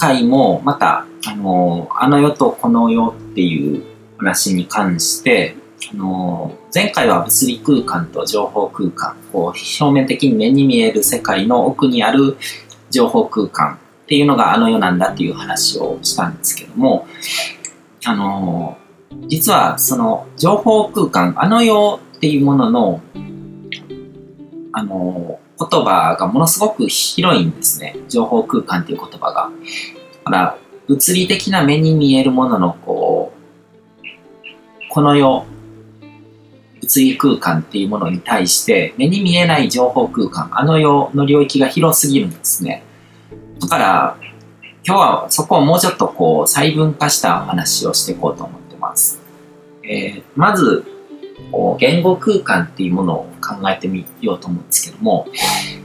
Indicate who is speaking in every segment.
Speaker 1: 回もまた、あの世とこの世っていう話に関して、前回は物理空間と情報空間、こう表面的に目に見える世界の奥にある情報空間っていうのが世なんだっていう話をしたんですけども、実はその情報空間、世っていうものの、言葉がものすごく広いんですね。情報空間っていう言葉が。だから物理的な目に見えるもののこの世、物理空間っていうものに対して目に見えない情報空間、世の領域が広すぎるんですね。だから今日はそこをもうちょっと細分化した話をしていこうと思ってます。まず言語空間っていうものを考えてみようと思うんですけども、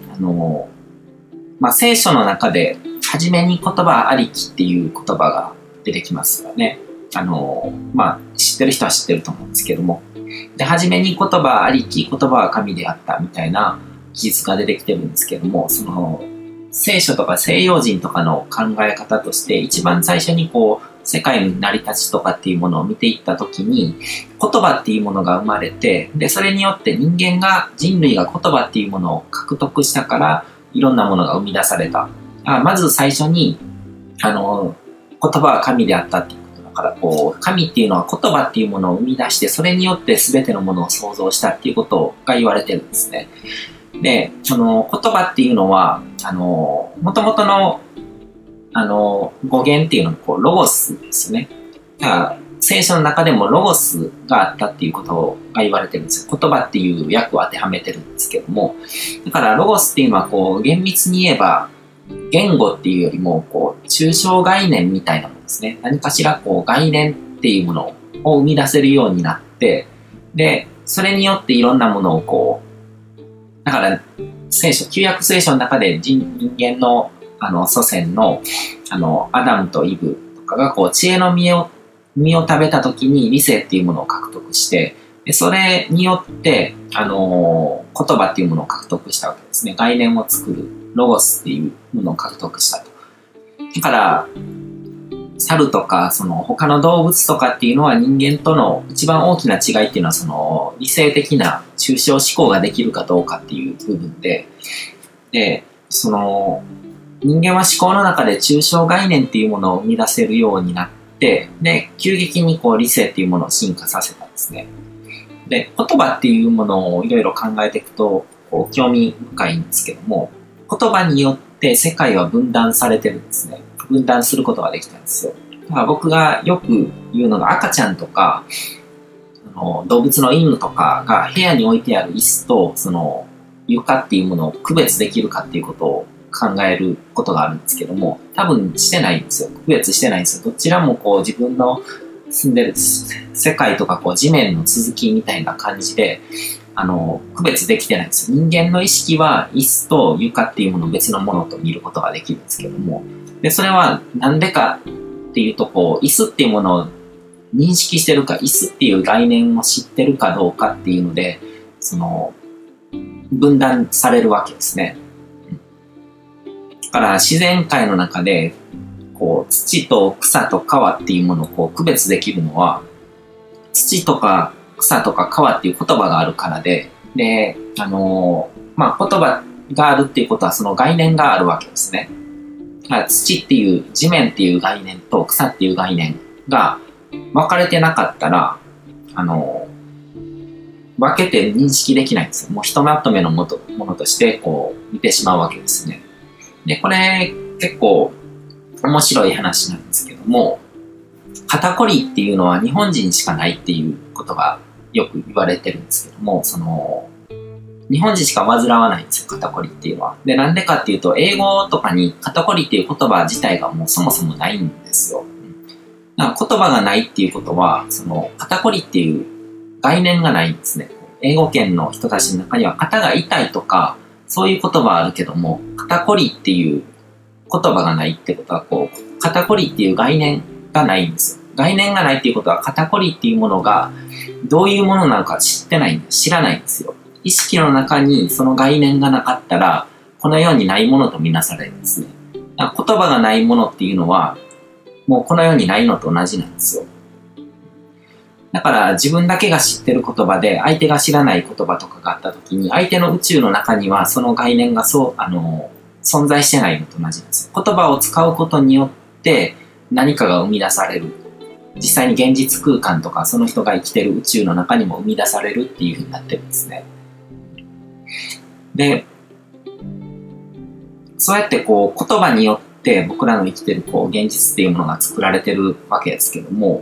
Speaker 1: 聖書の中で初めに言葉ありきっていう言葉が出てきますよね。知ってる人は知ってると思うんですけども、で初めに言葉ありき、言葉は神であったみたいな記述が出てきてるんですけども、その聖書とか西洋人とかの考え方として一番最初に世界の成り立ちとかっていうものを見ていったときに、言葉っていうものが生まれて、でそれによって人類が言葉っていうものを獲得したからいろんなものが生み出された。まず最初に言葉は神であったっていうことだから、神っていうのは言葉っていうものを生み出して、それによって全てのものを創造したっていうことが言われてるんですね。でその言葉っていうのはもともとの語源っていうのはロゴスですね。だから聖書の中でもロゴスがあったっていうことが言われてるんですよ。言葉っていう訳を当てはめてるんですけども、だからロゴスっていうのは厳密に言えば言語っていうよりも抽象概念みたいなものですね。何かしら概念っていうものを生み出せるようになって、でそれによっていろんなものをだから旧約聖書の中で人間の祖先のアダムとイブとかが知恵の実を食べた時に理性っていうものを獲得して、でそれによって言葉っていうものを獲得したわけですね。概念を作るロゴスっていうものを獲得したと。だから猿とか他の動物とかっていうのは人間との一番大きな違いっていうのは理性的な抽象思考ができるかどうかっていう部分で、人間は思考の中で抽象概念っていうものを生み出せるようになって、で急激に理性っていうものを進化させたんですね。で言葉っていうものをいろいろ考えていくと興味深いんですけども、言葉によって世界は分断されてるんですね。分断することができたんですよ。だから僕がよく言うのが、赤ちゃんとか動物の犬とかが部屋に置いてある椅子と床っていうものを区別できるかっていうことを考えることがあるんですけども、多分してないんですよ。区別してないんですよ。どちらも自分の住んでる世界とか地面の続きみたいな感じで区別できてないんですよ。人間の意識は椅子と床っていうものを別のものと見ることができるんですけども、でそれはなんでかっていうと椅子っていうものを認識してるか、椅子っていう概念を知ってるかどうかっていうので分断されるわけですね。だから自然界の中で土と草と川っていうものを区別できるのは、土とか草とか川っていう言葉があるからで、言葉があるっていうことはその概念があるわけですね。だから土っていう地面っていう概念と草っていう概念が分かれてなかったら分けて認識できないんですよ。もうひとまとめのものとして見てしまうわけですね。でこれ結構面白い話なんですけども、肩こりっていうのは日本人しかないっていうことがよく言われてるんですけども、日本人しか患わないんですよ、肩こりっていうのは。でなんでかっていうと、英語とかに肩こりっていう言葉自体がもうそもそもないんですよ。だから言葉がないっていうことは肩こりっていう概念がないんですね。英語圏の人たちの中には肩が痛いとかそういう言葉はあるけども、肩こりっていう言葉がないってことは肩こりっていう概念がないんですよ。概念がないっていうことは、肩こりっていうものがどういうものなのか知らないんですよ。意識の中にその概念がなかったらこのようにないものとみなされるんですね。 言葉がないものっていうのは、もうこの世にないのと同じなんですよ。だから自分だけが知ってる言葉で相手が知らない言葉とかがあった時に、相手の宇宙の中にはその概念が存在してないのと同じなんですよ。言葉を使うことによって何かが生み出される。実際に現実空間とかその人が生きてる宇宙の中にも生み出されるっていう風になってるんですね。で、そうやってこう言葉によって僕らの生きてるこう現実っていうものが作られてるわけですけども、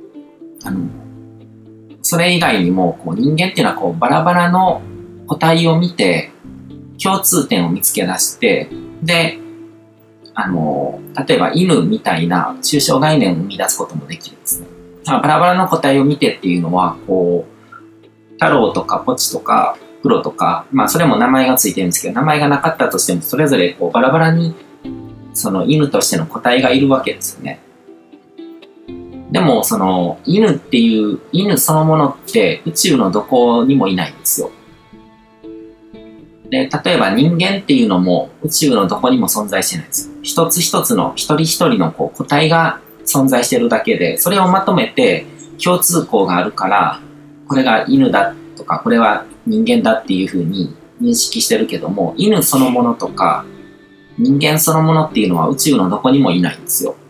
Speaker 1: それ以外にもこう人間っていうのはこうバラバラの個体を見て共通点を見つけ出して、で、例えば犬みたいな抽象概念を生み出すこともできるんですね。バラバラの個体を見てっていうのは、こう、太郎とかポチとか黒とか、まあそれも名前がついてるんですけど、名前がなかったとしてもそれぞれこうバラバラにその犬としての個体がいるわけですよね。でもその犬っていう犬そのものって宇宙のどこにもいないんですよ。で、例えば人間っていうのも宇宙のどこにも存在してないんですよ。一つ一つの一人一人のこう個体が存在してるだけで、それをまとめて共通項があるから、これが犬だとかこれは人間だっていうふうに認識してるけども、犬そのものとか人間そのものっていうのは宇宙のどこにもいないんですよ。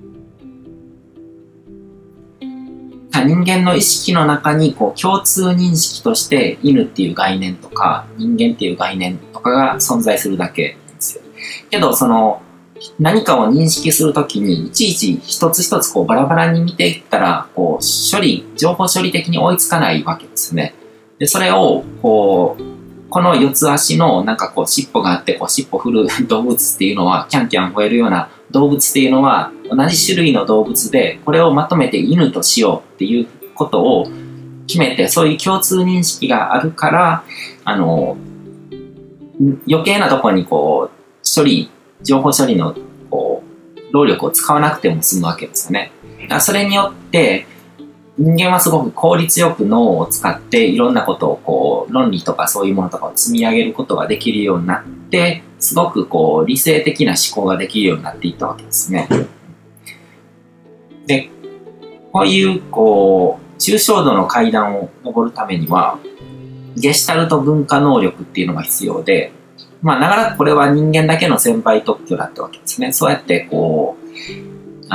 Speaker 1: 人間の意識の中にこう共通認識として犬っていう概念とか人間っていう概念とかが存在するだけなんですよ。けどその何かを認識するときにいちいち一つ一つこうバラバラに見ていったらこう情報処理的に追いつかないわけですね。で、それをこの四つ足のなんかこう尻尾があってこう尻尾振る動物っていうのはキャンキャン吠えるような動物っていうのは同じ種類の動物で、これをまとめて犬としようっていうことを決めて、そういう共通認識があるから、余計なところにこう情報処理のこう労力を使わなくても済むわけですよね。だからそれによって人間はすごく効率よく脳を使っていろんなことをこう論理とかそういうものとかを積み上げることができるようになって、すごくこう理性的な思考ができるようになっていったわけですね。で、こういうこう抽象度の階段を登るためにはゲシュタルト分化能力っていうのが必要で、まあなかなかこれは人間だけの先輩特許だったわけですね。そうやってこう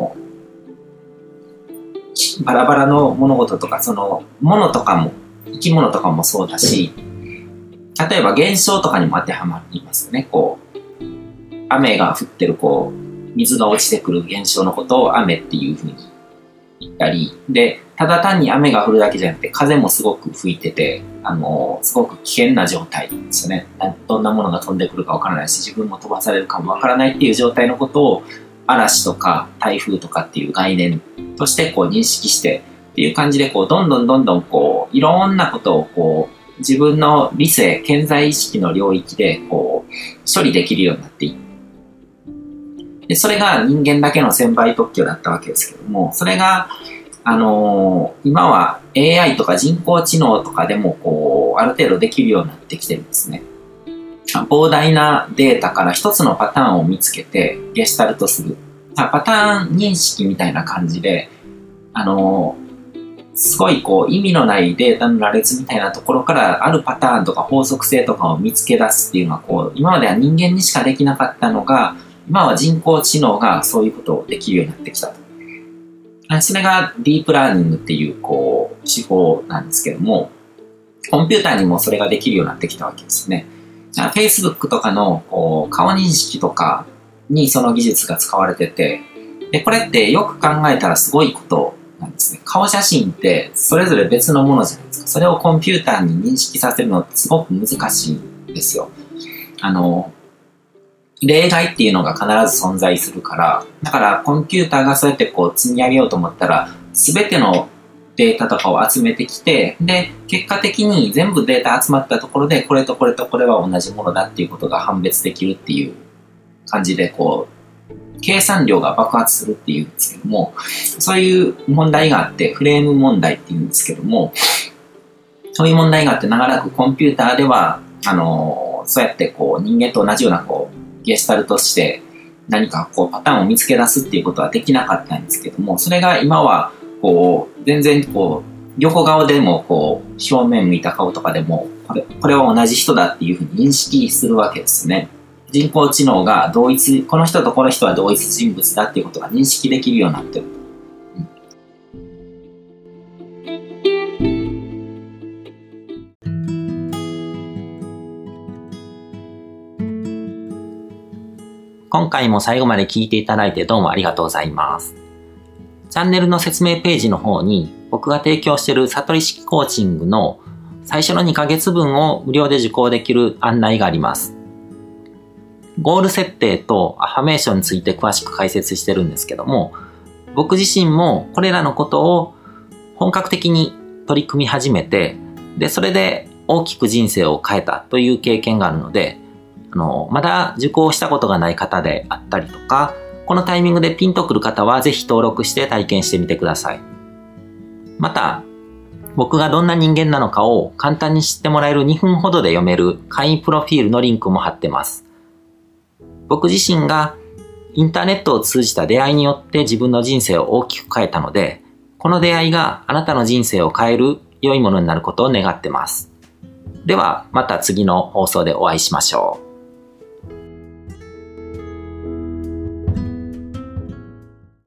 Speaker 1: バラバラの物事とかその物とかも生き物とかもそうだし、例えば現象とかにも当てはまりますよね。こう雨が降ってるこう水が落ちてくる現象のことを雨っていうふうに言ったりで、ただ単に雨が降るだけじゃなくて風もすごく吹いててすごく危険な状態ですよね。どんなものが飛んでくるかわからないし、自分も飛ばされるかもわからないっていう状態のことを嵐とか台風とかっていう概念としてこう認識してっていう感じでこうどんどんこういろんなことをこう自分の理性顕在意識の領域でこう処理できるようになっていって、でそれが人間だけの専売特許だったわけですけども、それが今は AI とか人工知能とかでもこうある程度できるようになってきてるんですね。膨大なデータから一つのパターンを見つけてゲシュタルトする。パターン認識みたいな感じで、すごいこう意味のないデータの羅列みたいなところからあるパターンとか法則性とかを見つけ出すっていうのはこう今までは人間にしかできなかったのが、今は人工知能がそういうことをできるようになってきたと。それがディープラーニングっていうこう手法なんですけども、コンピューターにもそれができるようになってきたわけですね。Facebook とかのこう顔認識とかにその技術が使われてて、でこれってよく考えたらすごいことなんですね。顔写真ってそれぞれ別のものじゃないですか。それをコンピューターに認識させるのってすごく難しいんですよ。例外っていうのが必ず存在するから、だからコンピューターがそうやってこう積み上げようと思ったら全てのデータとかを集めてきて、で結果的に全部データ集まったところでこれとこれとこれは同じものだっていうことが判別できるっていう感じでこう計算量が爆発するっていうんですけども、そういう問題があってフレーム問題っていうんですけども、そういう問題があって長らくコンピューターではそうやってこう人間と同じようなこうゲシュタルトして何かこうパターンを見つけ出すっていうことはできなかったんですけども、それが今はこう全然こう横顔でもこう正面向いた顔とかでもこれは同じ人だっていうふうに認識するわけですね。人工知能が同一、この人とこの人は同一人物だっていうことが認識できるようになってる。今回も最後まで聞いていただいてどうもありがとうございます。チャンネルの説明ページの方に僕が提供している悟り式コーチングの最初の2ヶ月分を無料で受講できる案内があります。ゴール設定とアファメーションについて詳しく解説してるんですけども、僕自身もこれらのことを本格的に取り組み始めて、で、それで大きく人生を変えたという経験があるので、まだ受講したことがない方であったりとか、このタイミングでピンとくる方はぜひ登録して体験してみてください。また、僕がどんな人間なのかを簡単に知ってもらえる2分ほどで読める会員プロフィールのリンクも貼ってます。僕自身がインターネットを通じた出会いによって自分の人生を大きく変えたので、この出会いがあなたの人生を変える良いものになることを願ってます。ではまた次の放送でお会いしましょう。